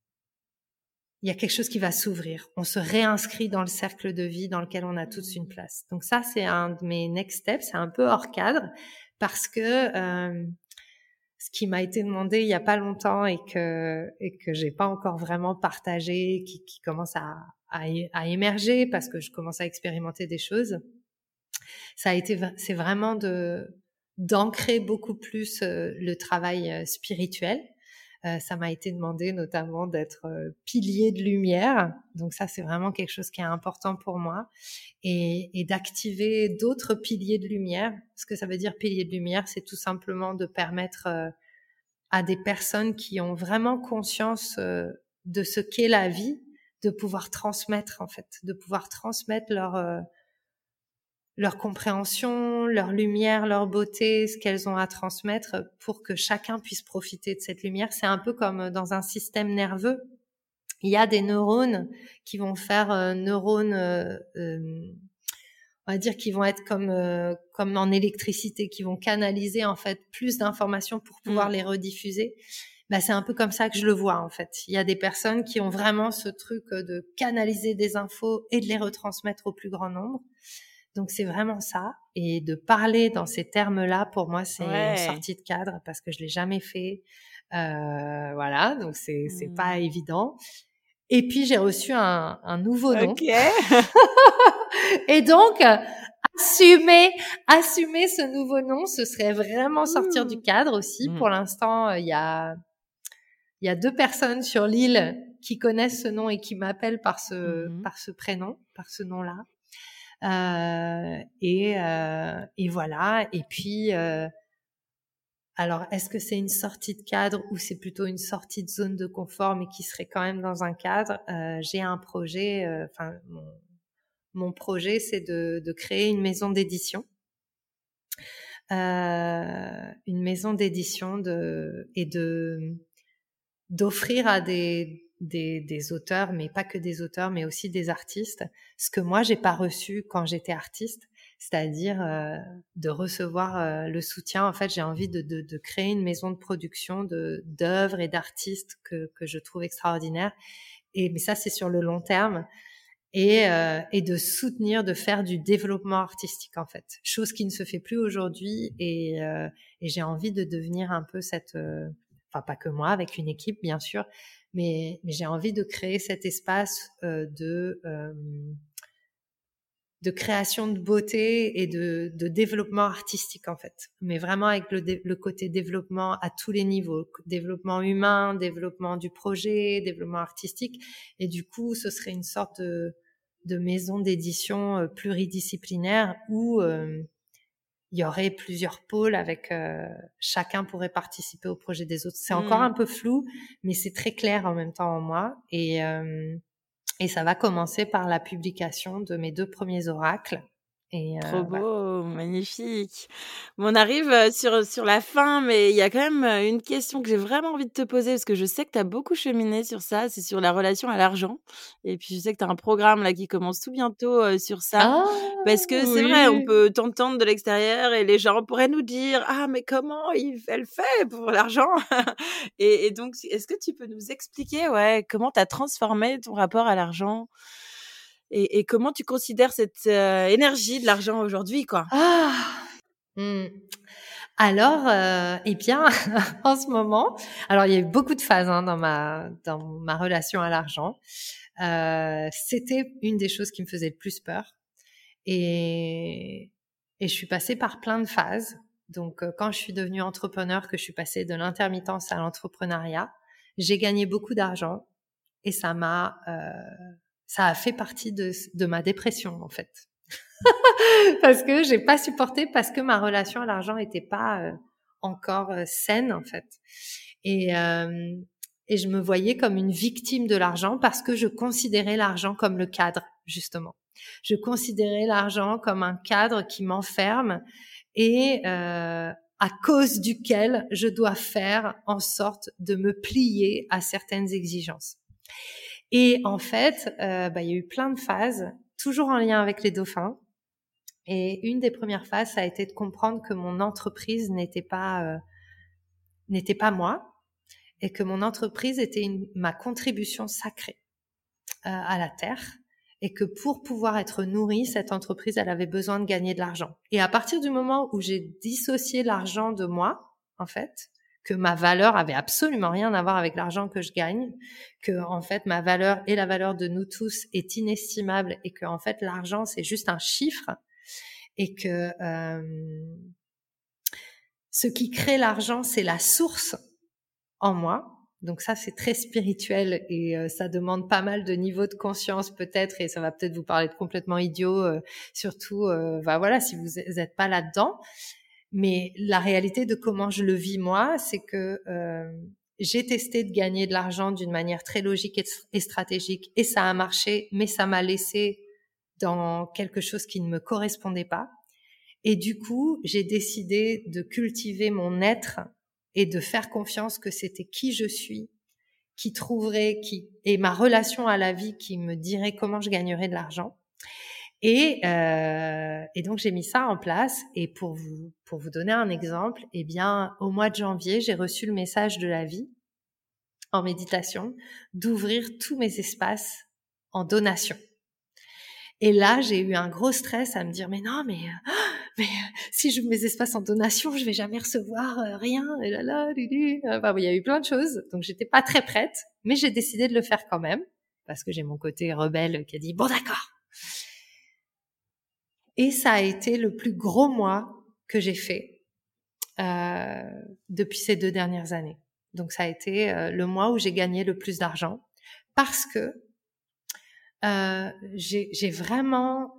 B: il y a quelque chose qui va s'ouvrir. On se réinscrit dans le cercle de vie dans lequel on a tous une place. Donc ça, c'est un de mes next steps. C'est un peu hors cadre parce que euh, ce qui m'a été demandé il y a pas longtemps et que et que j'ai pas encore vraiment partagé, qui, qui commence à, à, à émerger parce que je commence à expérimenter des choses. Ça a été, c'est vraiment de d'ancrer beaucoup plus euh, le travail euh, spirituel. Euh, ça m'a été demandé notamment d'être euh, pilier de lumière, donc ça c'est vraiment quelque chose qui est important pour moi, et, et d'activer d'autres piliers de lumière. Ce que ça veut dire pilier de lumière, c'est tout simplement de permettre euh, à des personnes qui ont vraiment conscience euh, de ce qu'est la vie, de pouvoir transmettre en fait, de pouvoir transmettre leur euh, leur compréhension, leur lumière, leur beauté, ce qu'elles ont à transmettre pour que chacun puisse profiter de cette lumière. C'est un peu comme dans un système nerveux. Il y a des neurones qui vont faire euh, neurones, euh, euh, on va dire, qui vont être comme euh, comme en électricité, qui vont canaliser en fait plus d'informations pour pouvoir mmh. les rediffuser. Bah, c'est un peu comme ça que je le vois en fait. Il y a des personnes qui ont vraiment ce truc de canaliser des infos et de les retransmettre au plus grand nombre. Donc c'est vraiment ça, et de parler dans ces termes-là, pour moi, c'est ouais. une sortie de cadre parce que je l'ai jamais fait. Euh, voilà, donc c'est mmh. c'est pas évident. Et puis j'ai reçu un, un nouveau nom.
A: Ok.
B: Et donc assumer assumer ce nouveau nom, ce serait vraiment sortir mmh. du cadre aussi. Mmh. Pour l'instant, il y a il y a deux personnes sur l'île qui connaissent ce nom et qui m'appellent par ce mmh. par ce prénom, par ce nom-là. Euh, et, euh, et voilà. Et puis, euh, alors, est-ce que c'est une sortie de cadre ou c'est plutôt une sortie de zone de confort, mais qui serait quand même dans un cadre? euh, J'ai un projet. Enfin, euh, mon, mon projet, c'est de, de créer une maison d'édition, euh, une maison d'édition de et de d'offrir à des Des, des auteurs, mais pas que des auteurs, mais aussi des artistes, ce que moi j'ai pas reçu quand j'étais artiste, c'est-à-dire euh, de recevoir euh, le soutien. En fait, j'ai envie de, de, de créer une maison de production de d'œuvres et d'artistes que que je trouve extraordinaires. Et mais ça, c'est sur le long terme. Et euh, et de soutenir, de faire du développement artistique en fait, chose qui ne se fait plus aujourd'hui. Et euh, et j'ai envie de devenir un peu cette, euh, enfin pas que moi, avec une équipe bien sûr. Mais, mais j'ai envie de créer cet espace euh, de euh, de création de beauté et de, de développement artistique en fait. Mais vraiment avec le, le côté développement à tous les niveaux, développement humain, développement du projet, développement artistique. Et du coup, ce serait une sorte de, de maison d'édition euh, pluridisciplinaire où euh, il y aurait plusieurs pôles avec euh, chacun pourrait participer au projet des autres. C'est mmh. encore un peu flou, mais c'est très clair en même temps en moi. Et, euh, et ça va commencer par la publication de mes deux premiers oracles. Et, euh,
A: Trop beau,
B: voilà.
A: Magnifique. Bon, on arrive sur, sur la fin, mais il y a quand même une question que j'ai vraiment envie de te poser, parce que je sais que tu as beaucoup cheminé sur ça, c'est sur la relation à l'argent. Et puis, je sais que tu as un programme là qui commence tout bientôt euh, sur ça.
B: Ah,
A: parce que
B: oui.
A: c'est vrai, on peut t'entendre de l'extérieur et les gens pourraient nous dire « Ah, mais comment il, elle fait pour l'argent ?» et, et donc, est-ce que tu peux nous expliquer ouais, comment tu as transformé ton rapport à l'argent ?
C: et, et comment tu considères cette euh, énergie de l'argent aujourd'hui, quoi?
B: Ah mmh. Alors, euh, eh bien, en ce moment, alors il y a eu beaucoup de phases hein, dans ma dans ma relation à l'argent. Euh, c'était une des choses qui me faisait le plus peur, et et je suis passée par plein de phases. Donc, euh, quand je suis devenue entrepreneur, que je suis passée de l'intermittence à l'entrepreneuriat, j'ai gagné beaucoup d'argent et ça m'a euh, ça a fait partie de de ma dépression en fait. Parce que j'ai pas supporté, parce que ma relation à l'argent était pas euh, encore euh, saine en fait, et euh, et je me voyais comme une victime de l'argent parce que je considérais l'argent comme le cadre, justement. Je considérais l'argent comme un cadre qui m'enferme et euh, à cause duquel je dois faire en sorte de me plier à certaines exigences. Et en fait, euh, bah, il y a eu plein de phases, toujours en lien avec les dauphins. Et une des premières phases, ça a été de comprendre que mon entreprise n'était pas euh, n'était pas moi, et que mon entreprise était une, ma contribution sacrée euh, à la terre, et que pour pouvoir être nourrie, cette entreprise, elle avait besoin de gagner de l'argent. Et à partir du moment où j'ai dissocié l'argent de moi, en fait, que ma valeur avait absolument rien à voir avec l'argent que je gagne, que en fait ma valeur et la valeur de nous tous est inestimable, et que en fait l'argent c'est juste un chiffre, et que euh, ce qui crée l'argent, c'est la source en moi. Donc ça, c'est très spirituel, et euh, ça demande pas mal de niveau de conscience peut-être, et ça va peut-être vous paraître complètement idiot, euh, surtout, euh, bah voilà, si vous n'êtes pas là-dedans. Mais la réalité de comment je le vis moi, c'est que euh, j'ai testé de gagner de l'argent d'une manière très logique et, et stratégique, et ça a marché, mais ça m'a laissé dans quelque chose qui ne me correspondait pas. Et du coup, j'ai décidé de cultiver mon être et de faire confiance que c'était qui je suis, qui trouverait, qui et ma relation à la vie qui me dirait comment je gagnerais de l'argent. Et, euh, et donc j'ai mis ça en place. Et pour vous pour vous donner un exemple, eh bien au mois de janvier, j'ai reçu le message de la vie en méditation d'ouvrir tous mes espaces en donation. Et là, j'ai eu un gros stress à me dire mais non, mais mais si j'ouvre mes espaces en donation, je vais jamais recevoir euh, rien. Et là là, lulu. Enfin, il y a eu plein de choses, donc j'étais pas très prête, mais j'ai décidé de le faire quand même parce que j'ai mon côté rebelle qui a dit bon d'accord. Et ça a été le plus gros mois que j'ai fait euh, depuis ces deux dernières années. Donc ça a été euh, le mois où j'ai gagné le plus d'argent parce que euh, j'ai, j'ai vraiment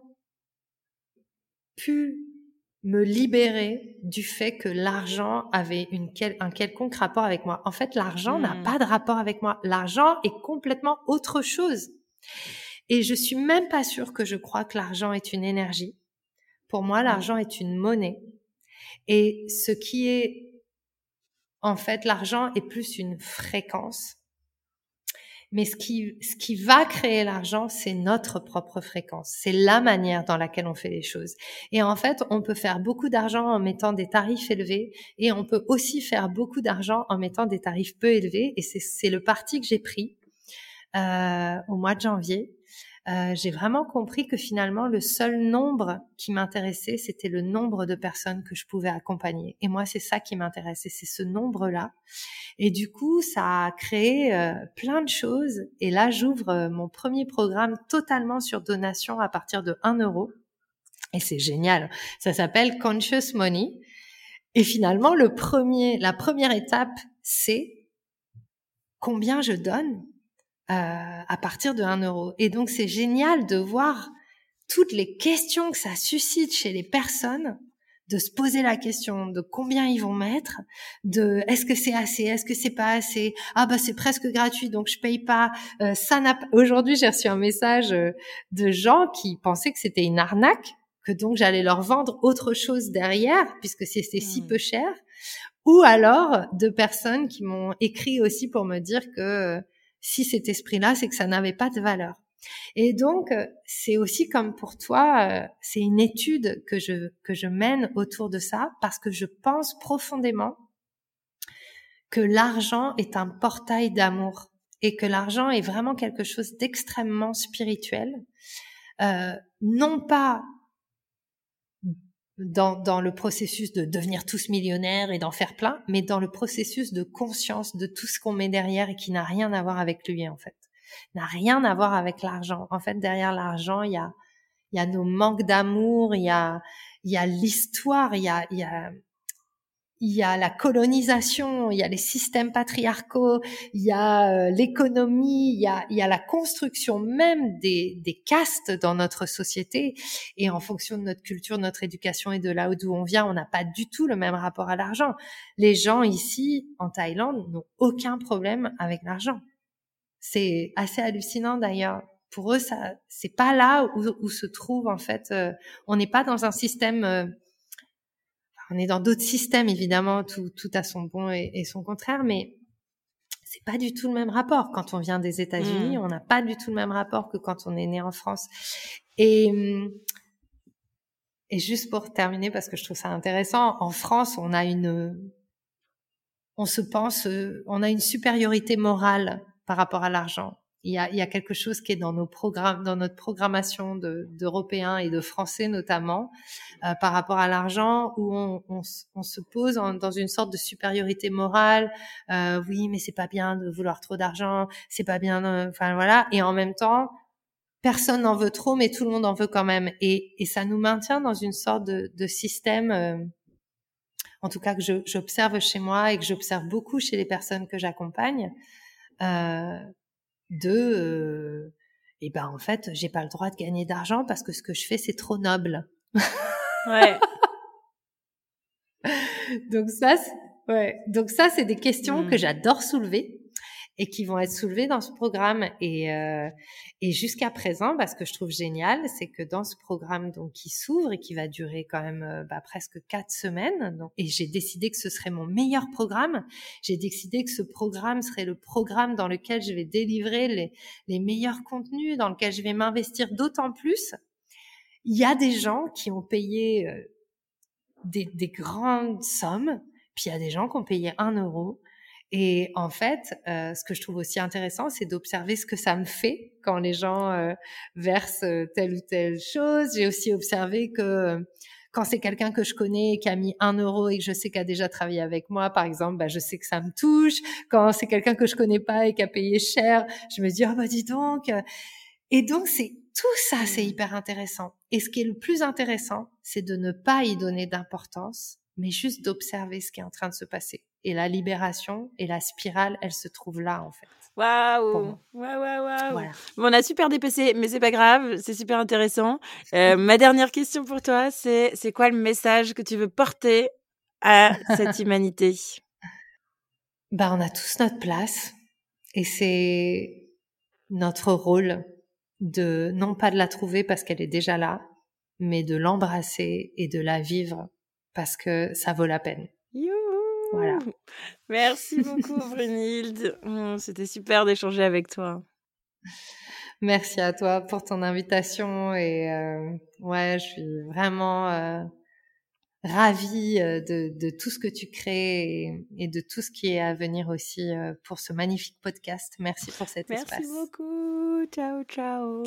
B: pu me libérer du fait que l'argent avait une quel, un quelconque rapport avec moi. En fait, l'argent mmh. n'a pas de rapport avec moi. L'argent est complètement autre chose. Et je suis même pas sûre que je crois que l'argent est une énergie. Pour moi, l'argent est une monnaie. Et ce qui est, en fait, l'argent est plus une fréquence. Mais ce qui, ce qui va créer l'argent, c'est notre propre fréquence. C'est la manière dans laquelle on fait les choses. Et en fait, on peut faire beaucoup d'argent en mettant des tarifs élevés, et on peut aussi faire beaucoup d'argent en mettant des tarifs peu élevés. Et c'est, c'est le parti que j'ai pris euh, au mois de janvier. Euh, j'ai vraiment compris que finalement, le seul nombre qui m'intéressait, c'était le nombre de personnes que je pouvais accompagner. Et moi, c'est ça qui m'intéressait, c'est ce nombre-là. Et du coup, ça a créé euh, plein de choses. Et là, j'ouvre euh, mon premier programme totalement sur donation à partir de un euro. Et c'est génial. Ça s'appelle Conscious Money. Et finalement, le premier, la première étape, c'est combien je donne Euh, à partir de un euro. Et donc, c'est génial de voir toutes les questions que ça suscite chez les personnes, de se poser la question de combien ils vont mettre, de est-ce que c'est assez, est-ce que c'est pas assez, ah bah c'est presque gratuit donc je paye pas. Euh, ça n'a. Aujourd'hui, j'ai reçu un message de gens qui pensaient que c'était une arnaque, que donc j'allais leur vendre autre chose derrière puisque c'était si peu cher, ou alors de personnes qui m'ont écrit aussi pour me dire que si cet esprit-là, c'est que ça n'avait pas de valeur. Et donc, c'est aussi comme pour toi, c'est une étude que je que je mène autour de ça parce que je pense profondément que l'argent est un portail d'amour et que l'argent est vraiment quelque chose d'extrêmement spirituel. euh, non pas dans, dans le processus de devenir tous millionnaires et d'en faire plein, mais dans le processus de conscience de tout ce qu'on met derrière et qui n'a rien à voir avec lui, en fait. N'a rien à voir avec l'argent. En fait, derrière l'argent, il y a, il y a nos manques d'amour, il y a, il y a l'histoire, il y a, il y a, il y a la colonisation, il y a les systèmes patriarcaux, il y a euh, l'économie, il y a, il y a la construction même des, des castes dans notre société. Et en fonction de notre culture, de notre éducation et de là d'où on vient, on n'a pas du tout le même rapport à l'argent. Les gens ici, en Thaïlande, n'ont aucun problème avec l'argent. C'est assez hallucinant d'ailleurs. Pour eux, ça, c'est pas là où, où se trouve en fait. Euh, on n'est pas dans un système. Euh, on est dans d'autres systèmes évidemment. Tout, tout a son bon et, et son contraire, mais c'est pas du tout le même rapport. Quand on vient des États-Unis, mmh. on n'a pas du tout le même rapport que quand on est né en France. Et et juste pour terminer, parce que je trouve ça intéressant, en France, on a une, on se pense, on a une supériorité morale par rapport à l'argent. Il y a, il y a quelque chose qui est dans nos programmes, dans notre programmation de, d'Européens et de Français notamment, euh, par rapport à l'argent, où on, on, on se pose en, dans une sorte de supériorité morale. Euh, oui, mais c'est pas bien de vouloir trop d'argent, c'est pas bien, de, enfin voilà. Et en même temps, personne n'en veut trop, mais tout le monde en veut quand même. Et, et ça nous maintient dans une sorte de, de système, euh, en tout cas que je, j'observe chez moi et que j'observe beaucoup chez les personnes que j'accompagne. Euh, de euh, et ben en fait j'ai pas le droit de gagner d'argent parce que ce que je fais c'est trop noble.
C: Ouais.
B: donc ça c'est, ouais donc ça c'est des questions mmh. que j'adore soulever et qui vont être soulevées dans ce programme et euh, et jusqu'à présent bah, ce que je trouve génial c'est que dans ce programme donc qui s'ouvre et qui va durer quand même euh, bah, presque quatre semaines donc, et j'ai décidé que ce serait mon meilleur programme, j'ai décidé que ce programme serait le programme dans lequel je vais délivrer les, les meilleurs contenus, dans lequel je vais m'investir d'autant plus. Il y a des gens qui ont payé euh, des, des grandes sommes, puis il y a des gens qui ont payé un euro. Et en fait, euh, ce que je trouve aussi intéressant, c'est d'observer ce que ça me fait quand les gens euh, versent telle ou telle chose. J'ai aussi observé que euh, quand c'est quelqu'un que je connais qui a mis un euro et que je sais qu'il a déjà travaillé avec moi, par exemple, bah, je sais que ça me touche. Quand c'est quelqu'un que je connais pas et qui a payé cher, je me dis, ah oh, bah dis donc. Et donc, c'est tout ça, c'est hyper intéressant. Et ce qui est le plus intéressant, c'est de ne pas y donner d'importance, mais juste d'observer ce qui est en train de se passer. Et la libération et la spirale, elle se trouve là, en fait.
C: Waouh, waouh, waouh, waouh. Bon, on a super dépassé, mais c'est pas grave, c'est super intéressant. Euh, ma dernière question pour toi, c'est c'est quoi le message que tu veux porter à cette humanité?
B: Bah, on a tous notre place, et c'est notre rôle de non pas de la trouver parce qu'elle est déjà là, mais de l'embrasser et de la vivre parce que ça vaut la peine.
C: Youhou.
B: Voilà.
C: Merci beaucoup Brunhilde. C'était super d'échanger avec toi.
B: Merci à toi pour ton invitation et euh, ouais, je suis vraiment euh, ravie de, de tout ce que tu crées et, et de tout ce qui est à venir aussi euh, pour ce magnifique podcast. Merci pour cet
C: Merci
B: espace.
C: Merci beaucoup. Ciao, ciao.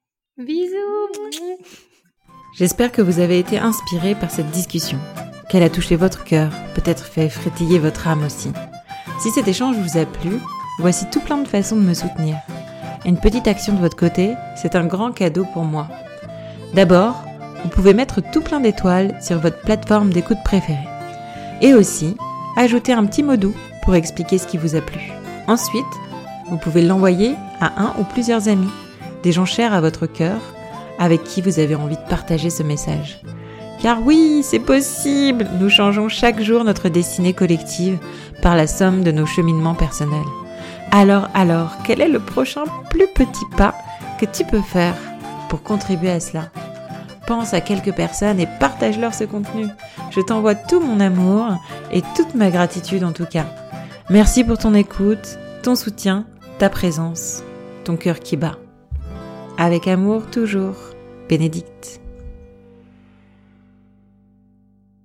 B: Bisous.
A: J'espère que vous avez été inspirés par cette discussion, qu'elle a touché votre cœur, peut-être fait frétiller votre âme aussi. Si cet échange vous a plu, voici tout plein de façons de me soutenir. Une petite action de votre côté, c'est un grand cadeau pour moi. D'abord, vous pouvez mettre tout plein d'étoiles sur votre plateforme d'écoute préférée. Et aussi, ajouter un petit mot doux pour expliquer ce qui vous a plu. Ensuite, vous pouvez l'envoyer à un ou plusieurs amis, des gens chers à votre cœur, avec qui vous avez envie de partager ce message. Car oui, c'est possible, nous changeons chaque jour notre destinée collective par la somme de nos cheminements personnels. Alors, alors, quel est le prochain plus petit pas que tu peux faire pour contribuer à cela ? Pense à quelques personnes et partage-leur ce contenu. Je t'envoie tout mon amour et toute ma gratitude en tout cas. Merci pour ton écoute, ton soutien, ta présence, ton cœur qui bat. Avec amour toujours, Bénédicte.